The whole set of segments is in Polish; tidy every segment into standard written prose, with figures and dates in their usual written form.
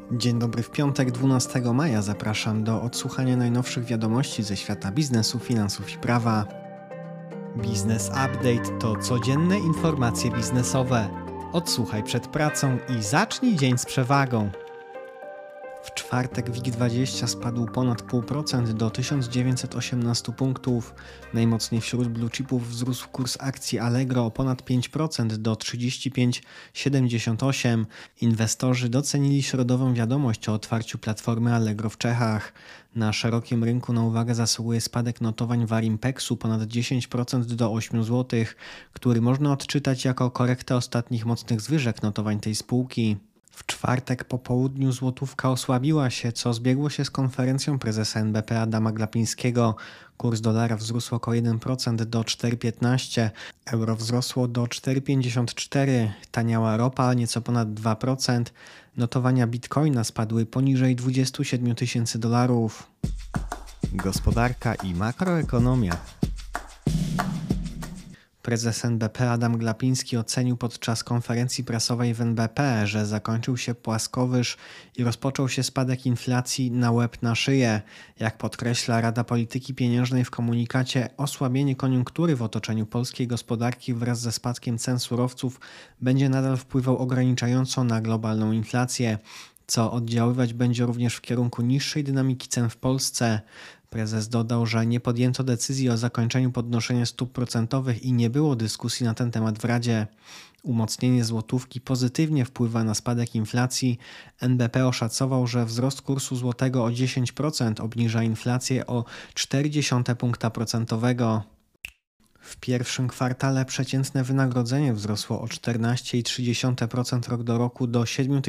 Dzień dobry, w piątek 12 maja zapraszam do odsłuchania najnowszych wiadomości ze świata biznesu, finansów i prawa. Biznes Update to codzienne informacje biznesowe. Odsłuchaj przed pracą i zacznij dzień z przewagą. W czwartek WIG20 spadł ponad 0,5% do 1918 punktów. Najmocniej wśród blue chipów wzrósł kurs akcji Allegro o ponad 5% do 35,78. Inwestorzy docenili środową wiadomość o otwarciu platformy Allegro w Czechach. Na szerokim rynku na uwagę zasługuje spadek notowań Varimpexu ponad 10% do 8 zł, który można odczytać jako korektę ostatnich mocnych zwyżek notowań tej spółki. W czwartek po południu złotówka osłabiła się, co zbiegło się z konferencją prezesa NBP Adama Glapińskiego. Kurs dolara wzrósł około 1% do 4,15, euro wzrosło do 4,54, taniała ropa nieco ponad 2%, notowania bitcoina spadły poniżej $27,000. Gospodarka i makroekonomia. Prezes NBP Adam Glapiński ocenił podczas konferencji prasowej w NBP, że zakończył się płaskowyż i rozpoczął się spadek inflacji na łeb na szyję. Jak podkreśla Rada Polityki Pieniężnej w komunikacie, osłabienie koniunktury w otoczeniu polskiej gospodarki wraz ze spadkiem cen surowców będzie nadal wpływał ograniczająco na globalną inflację, co oddziaływać będzie również w kierunku niższej dynamiki cen w Polsce. Prezes dodał, że nie podjęto decyzji o zakończeniu podnoszenia stóp procentowych i nie było dyskusji na ten temat w Radzie. Umocnienie złotówki pozytywnie wpływa na spadek inflacji. NBP oszacował, że wzrost kursu złotego o 10% obniża inflację o 0,4 punkta procentowego. W pierwszym kwartale przeciętne wynagrodzenie wzrosło o 14,3% rok do roku do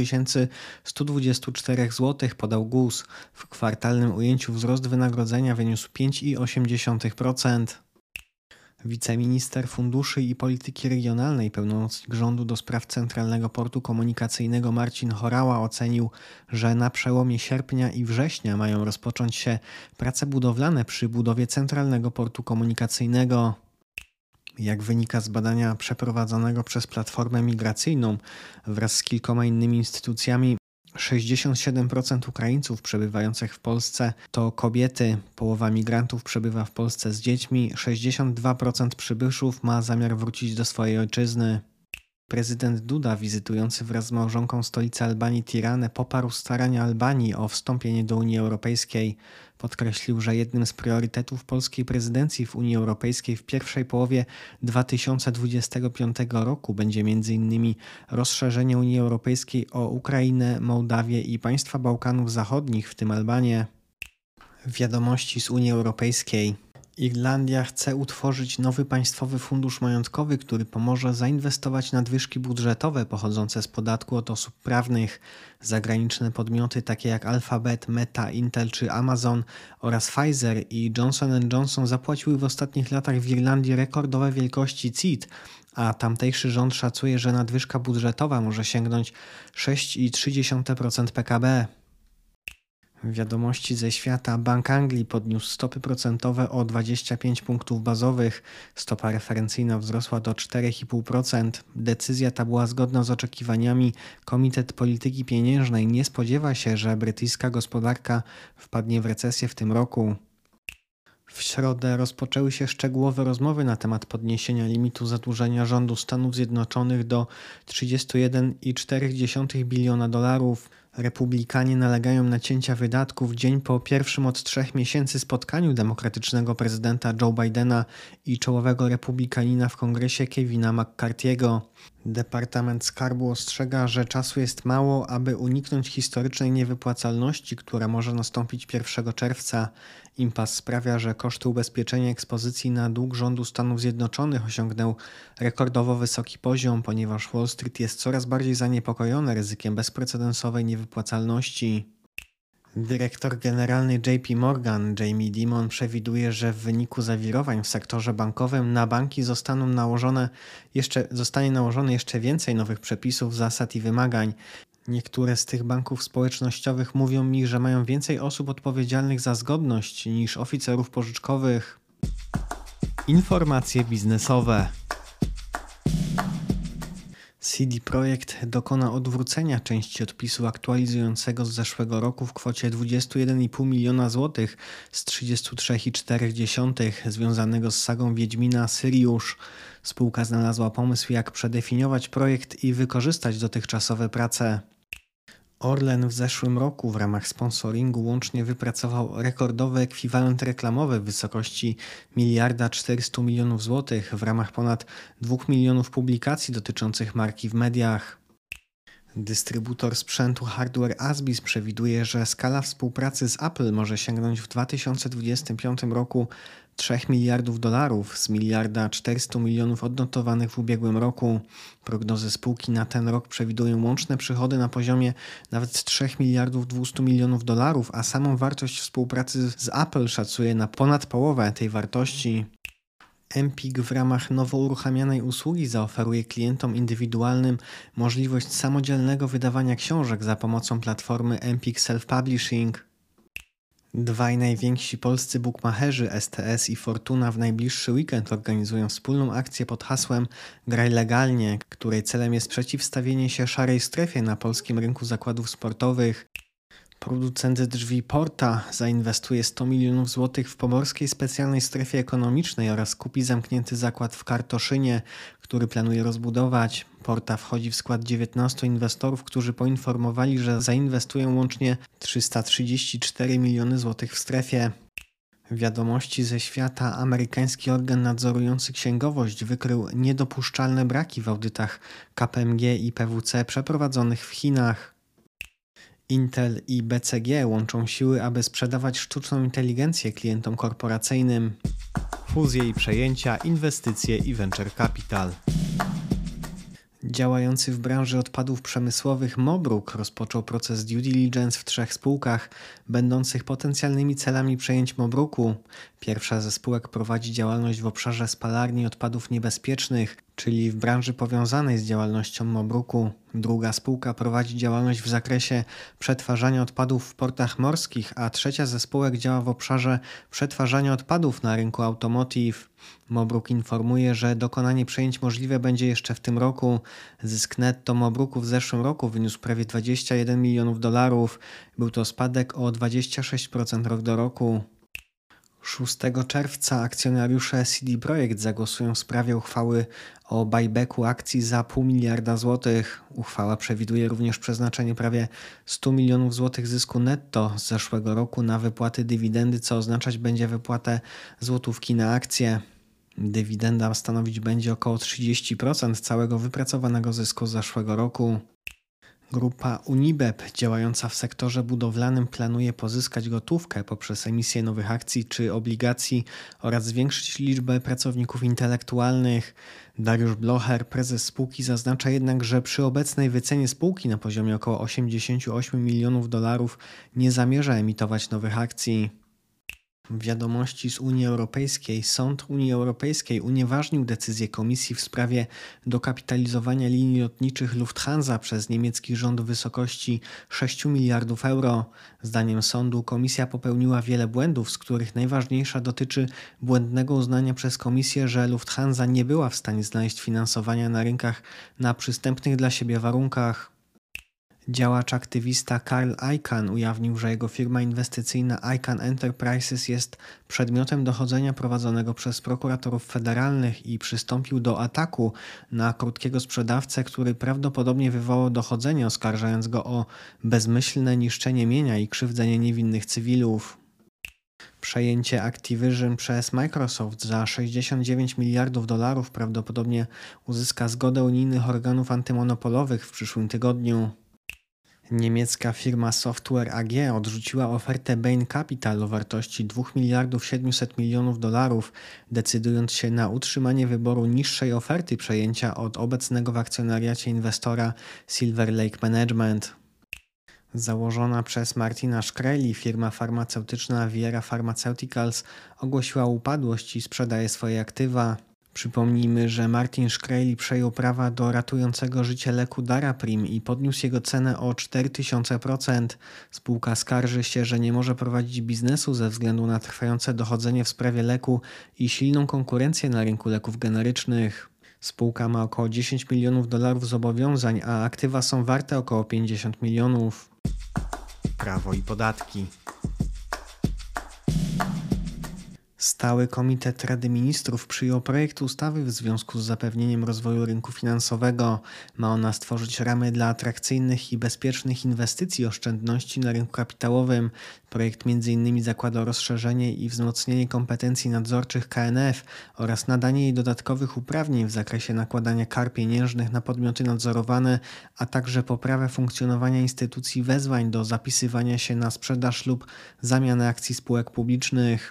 7124 zł, podał GUS. W kwartalnym ujęciu wzrost wynagrodzenia wyniósł 5,8%. Wiceminister Funduszy i Polityki Regionalnej, pełnomocnik rządu do spraw Centralnego Portu Komunikacyjnego Marcin Horała ocenił, że na przełomie sierpnia i września mają rozpocząć się prace budowlane przy budowie Centralnego Portu Komunikacyjnego. Jak wynika z badania przeprowadzonego przez Platformę Migracyjną wraz z kilkoma innymi instytucjami, 67% Ukraińców przebywających w Polsce to kobiety, połowa migrantów przebywa w Polsce z dziećmi, 62% przybyszów ma zamiar wrócić do swojej ojczyzny. Prezydent Duda, wizytujący wraz z małżonką stolicę Albanii Tiranę, poparł starania Albanii o wstąpienie do Unii Europejskiej. Podkreślił, że jednym z priorytetów polskiej prezydencji w Unii Europejskiej w pierwszej połowie 2025 roku będzie m.in. rozszerzenie Unii Europejskiej o Ukrainę, Mołdawię i państwa Bałkanów Zachodnich, w tym Albanię. Wiadomości z Unii Europejskiej. Irlandia chce utworzyć nowy państwowy fundusz majątkowy, który pomoże zainwestować nadwyżki budżetowe pochodzące z podatku od osób prawnych. Zagraniczne podmioty takie jak Alphabet, Meta, Intel czy Amazon oraz Pfizer i Johnson & Johnson zapłaciły w ostatnich latach w Irlandii rekordowe wielkości CIT, a tamtejszy rząd szacuje, że nadwyżka budżetowa może sięgnąć 6,3% PKB. Wiadomości ze świata. Bank Anglii podniósł stopy procentowe o 25 punktów bazowych. Stopa referencyjna wzrosła do 4,5%. Decyzja ta była zgodna z oczekiwaniami. Komitet Polityki Pieniężnej nie spodziewa się, że brytyjska gospodarka wpadnie w recesję w tym roku. W środę rozpoczęły się szczegółowe rozmowy na temat podniesienia limitu zadłużenia rządu Stanów Zjednoczonych do $31,4 biliona. Republikanie nalegają na cięcia wydatków dzień po pierwszym od 3 miesięcy spotkaniu demokratycznego prezydenta Joe Bidena i czołowego republikanina w kongresie Kevina McCarthy'ego. Departament Skarbu ostrzega, że czasu jest mało, aby uniknąć historycznej niewypłacalności, która może nastąpić 1 czerwca. Impas sprawia, że koszty ubezpieczenia ekspozycji na dług rządu Stanów Zjednoczonych osiągnął rekordowo wysoki poziom, ponieważ Wall Street jest coraz bardziej zaniepokojone ryzykiem bezprecedensowej niewypłacalności. Dyrektor generalny JP Morgan Jamie Dimon przewiduje, że w wyniku zawirowań w sektorze bankowym na banki zostanie nałożone jeszcze więcej nowych przepisów, zasad i wymagań. Niektóre z tych banków społecznościowych mówią mi, że mają więcej osób odpowiedzialnych za zgodność niż oficerów pożyczkowych. Informacje biznesowe. CD Projekt dokona odwrócenia części odpisu aktualizującego z zeszłego roku w kwocie 21,5 miliona złotych z 33,4 związanego z sagą Wiedźmina Syriusz. Spółka znalazła pomysł, jak przedefiniować projekt i wykorzystać dotychczasowe prace. Orlen w zeszłym roku w ramach sponsoringu łącznie wypracował rekordowy ekwiwalent reklamowy w wysokości 1,4 miliarda złotych w ramach ponad 2 milionów publikacji dotyczących marki w mediach. Dystrybutor sprzętu hardware ASBIS przewiduje, że skala współpracy z Apple może sięgnąć w 2025 roku 3 miliardów dolarów z 1,4 miliarda odnotowanych w ubiegłym roku. Prognozy spółki na ten rok przewidują łączne przychody na poziomie nawet 3 miliardów 200 milionów dolarów, a samą wartość współpracy z Apple szacuje na ponad połowę tej wartości. Empik w ramach nowo uruchamianej usługi zaoferuje klientom indywidualnym możliwość samodzielnego wydawania książek za pomocą platformy Empik Self-Publishing. Dwaj najwięksi polscy bukmacherzy STS i Fortuna w najbliższy weekend organizują wspólną akcję pod hasłem Graj legalnie, której celem jest przeciwstawienie się szarej strefie na polskim rynku zakładów sportowych. Producent drzwi Porta zainwestuje 100 milionów złotych w pomorskiej specjalnej strefie ekonomicznej oraz kupi zamknięty zakład w Kartoszynie, który planuje rozbudować. Porta wchodzi w skład 19 inwestorów, którzy poinformowali, że zainwestują łącznie 334 miliony złotych w strefie. Wiadomości ze świata. Amerykański organ nadzorujący księgowość wykrył niedopuszczalne braki w audytach KPMG i PwC przeprowadzonych w Chinach. Intel i BCG łączą siły, aby sprzedawać sztuczną inteligencję klientom korporacyjnym. Fuzje i przejęcia, inwestycje i venture capital. Działający w branży odpadów przemysłowych Mobruk rozpoczął proces due diligence w 3 spółkach, będących potencjalnymi celami przejęć Mobruku. Pierwsza ze spółek prowadzi działalność w obszarze spalarni odpadów niebezpiecznych, czyli w branży powiązanej z działalnością Mobruku. Druga spółka prowadzi działalność w zakresie przetwarzania odpadów w portach morskich, a trzecia ze spółek działa w obszarze przetwarzania odpadów na rynku automotive. Mobruk informuje, że dokonanie przejęć możliwe będzie jeszcze w tym roku. Zysk netto Mobruku w zeszłym roku wyniósł prawie 21 milionów dolarów. Był to spadek o 26% rok do roku. 6 czerwca akcjonariusze CD Projekt zagłosują w sprawie uchwały o buybacku akcji za 0,5 miliarda złotych. Uchwała przewiduje również przeznaczenie prawie 100 milionów złotych zysku netto z zeszłego roku na wypłaty dywidendy, co oznaczać będzie wypłatę złotówki na akcję. Dywidenda stanowić będzie około 30% całego wypracowanego zysku z zeszłego roku. Grupa Unibep, działająca w sektorze budowlanym, planuje pozyskać gotówkę poprzez emisję nowych akcji czy obligacji oraz zwiększyć liczbę pracowników intelektualnych. Dariusz Blocher, prezes spółki, zaznacza jednak, że przy obecnej wycenie spółki na poziomie około 88 milionów dolarów nie zamierza emitować nowych akcji. Wiadomości z Unii Europejskiej. Sąd Unii Europejskiej unieważnił decyzję Komisji w sprawie dokapitalizowania linii lotniczych Lufthansa przez niemiecki rząd w wysokości 6 miliardów euro. Zdaniem sądu Komisja popełniła wiele błędów, z których najważniejsza dotyczy błędnego uznania przez Komisję, że Lufthansa nie była w stanie znaleźć finansowania na rynkach na przystępnych dla siebie warunkach. Działacz aktywista Karl Icahn ujawnił, że jego firma inwestycyjna Icahn Enterprises jest przedmiotem dochodzenia prowadzonego przez prokuratorów federalnych i przystąpił do ataku na krótkiego sprzedawcę, który prawdopodobnie wywołał dochodzenie, oskarżając go o bezmyślne niszczenie mienia i krzywdzenie niewinnych cywilów. Przejęcie Activision przez Microsoft za 69 miliardów dolarów prawdopodobnie uzyska zgodę unijnych organów antymonopolowych w przyszłym tygodniu. Niemiecka firma Software AG odrzuciła ofertę Bain Capital o wartości 2 miliardów 700 milionów dolarów, decydując się na utrzymanie wyboru niższej oferty przejęcia od obecnego w akcjonariacie inwestora Silver Lake Management. Założona przez Martina Shkreli firma farmaceutyczna Viera Pharmaceuticals ogłosiła upadłość i sprzedaje swoje aktywa. Przypomnijmy, że Martin Shkreli przejął prawa do ratującego życie leku Daraprim i podniósł jego cenę o 4000%. Spółka skarży się, że nie może prowadzić biznesu ze względu na trwające dochodzenie w sprawie leku i silną konkurencję na rynku leków generycznych. Spółka ma około 10 milionów dolarów zobowiązań, a aktywa są warte około 50 milionów. Prawo i podatki. Stały Komitet Rady Ministrów przyjął projekt ustawy w związku z zapewnieniem rozwoju rynku finansowego. Ma ona stworzyć ramy dla atrakcyjnych i bezpiecznych inwestycji i oszczędności na rynku kapitałowym. Projekt m.in. zakłada rozszerzenie i wzmocnienie kompetencji nadzorczych KNF oraz nadanie jej dodatkowych uprawnień w zakresie nakładania kar pieniężnych na podmioty nadzorowane, a także poprawę funkcjonowania instytucji wezwań do zapisywania się na sprzedaż lub zamianę akcji spółek publicznych.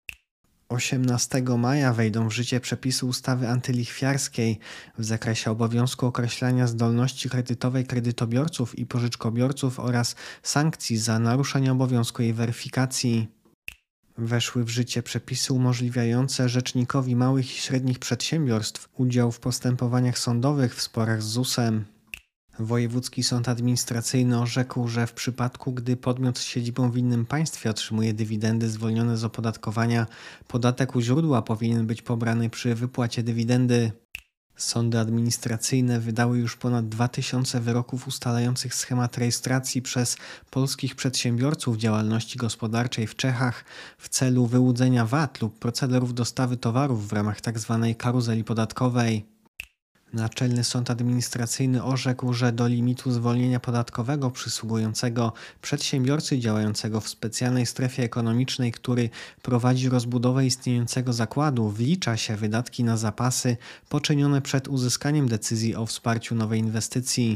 18 maja wejdą w życie przepisy ustawy antylichwiarskiej w zakresie obowiązku określania zdolności kredytowej kredytobiorców i pożyczkobiorców oraz sankcji za naruszenie obowiązku jej weryfikacji. Weszły w życie przepisy umożliwiające Rzecznikowi Małych i Średnich Przedsiębiorstw udział w postępowaniach sądowych w sporach z ZUS-em. Wojewódzki Sąd Administracyjny orzekł, że w przypadku, gdy podmiot z siedzibą w innym państwie otrzymuje dywidendy zwolnione z opodatkowania, podatek u źródła powinien być pobrany przy wypłacie dywidendy. Sądy administracyjne wydały już ponad 2000 wyroków ustalających schemat rejestracji przez polskich przedsiębiorców działalności gospodarczej w Czechach w celu wyłudzenia VAT lub procederów dostawy towarów w ramach tzw. karuzeli podatkowej. Naczelny Sąd Administracyjny orzekł, że do limitu zwolnienia podatkowego przysługującego przedsiębiorcy działającego w specjalnej strefie ekonomicznej, który prowadzi rozbudowę istniejącego zakładu, wlicza się wydatki na zapasy poczynione przed uzyskaniem decyzji o wsparciu nowej inwestycji.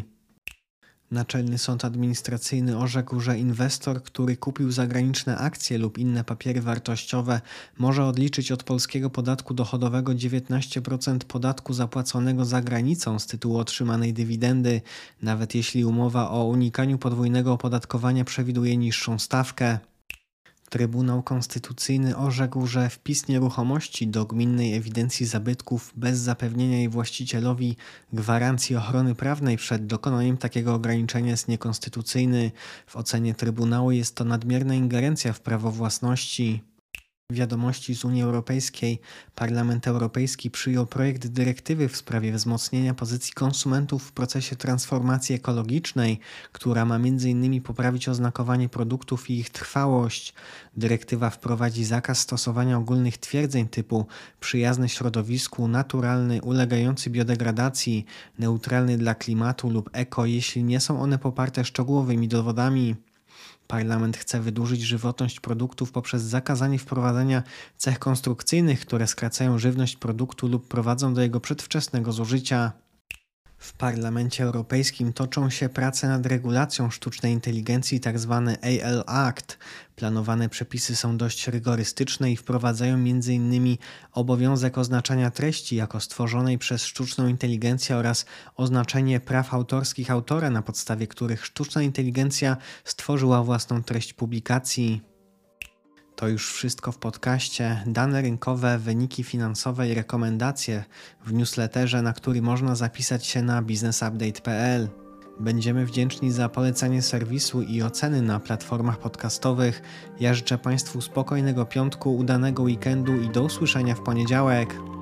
Naczelny Sąd Administracyjny orzekł, że inwestor, który kupił zagraniczne akcje lub inne papiery wartościowe, może odliczyć od polskiego podatku dochodowego 19% podatku zapłaconego za granicą z tytułu otrzymanej dywidendy, nawet jeśli umowa o unikaniu podwójnego opodatkowania przewiduje niższą stawkę. Trybunał Konstytucyjny orzekł, że wpis nieruchomości do gminnej ewidencji zabytków bez zapewnienia jej właścicielowi gwarancji ochrony prawnej przed dokonaniem takiego ograniczenia jest niekonstytucyjny. W ocenie Trybunału jest to nadmierna ingerencja w prawo własności. Wiadomości z Unii Europejskiej. Parlament Europejski przyjął projekt dyrektywy w sprawie wzmocnienia pozycji konsumentów w procesie transformacji ekologicznej, która ma m.in. poprawić oznakowanie produktów i ich trwałość. Dyrektywa wprowadzi zakaz stosowania ogólnych twierdzeń typu przyjazny środowisku, naturalny, ulegający biodegradacji, neutralny dla klimatu lub eko, jeśli nie są one poparte szczegółowymi dowodami. Parlament chce wydłużyć żywotność produktów poprzez zakazanie wprowadzania cech konstrukcyjnych, które skracają żywność produktu lub prowadzą do jego przedwczesnego zużycia. W Parlamencie Europejskim toczą się prace nad regulacją sztucznej inteligencji, tzw. AI Act. Planowane przepisy są dość rygorystyczne i wprowadzają m.in. obowiązek oznaczania treści jako stworzonej przez sztuczną inteligencję oraz oznaczenie praw autorskich autora, na podstawie których sztuczna inteligencja stworzyła własną treść publikacji. To już wszystko w podcaście. Dane rynkowe, wyniki finansowe i rekomendacje w newsletterze, na który można zapisać się na biznesupdate.pl. Będziemy wdzięczni za polecanie serwisu i oceny na platformach podcastowych. Ja życzę Państwu spokojnego piątku, udanego weekendu i do usłyszenia w poniedziałek.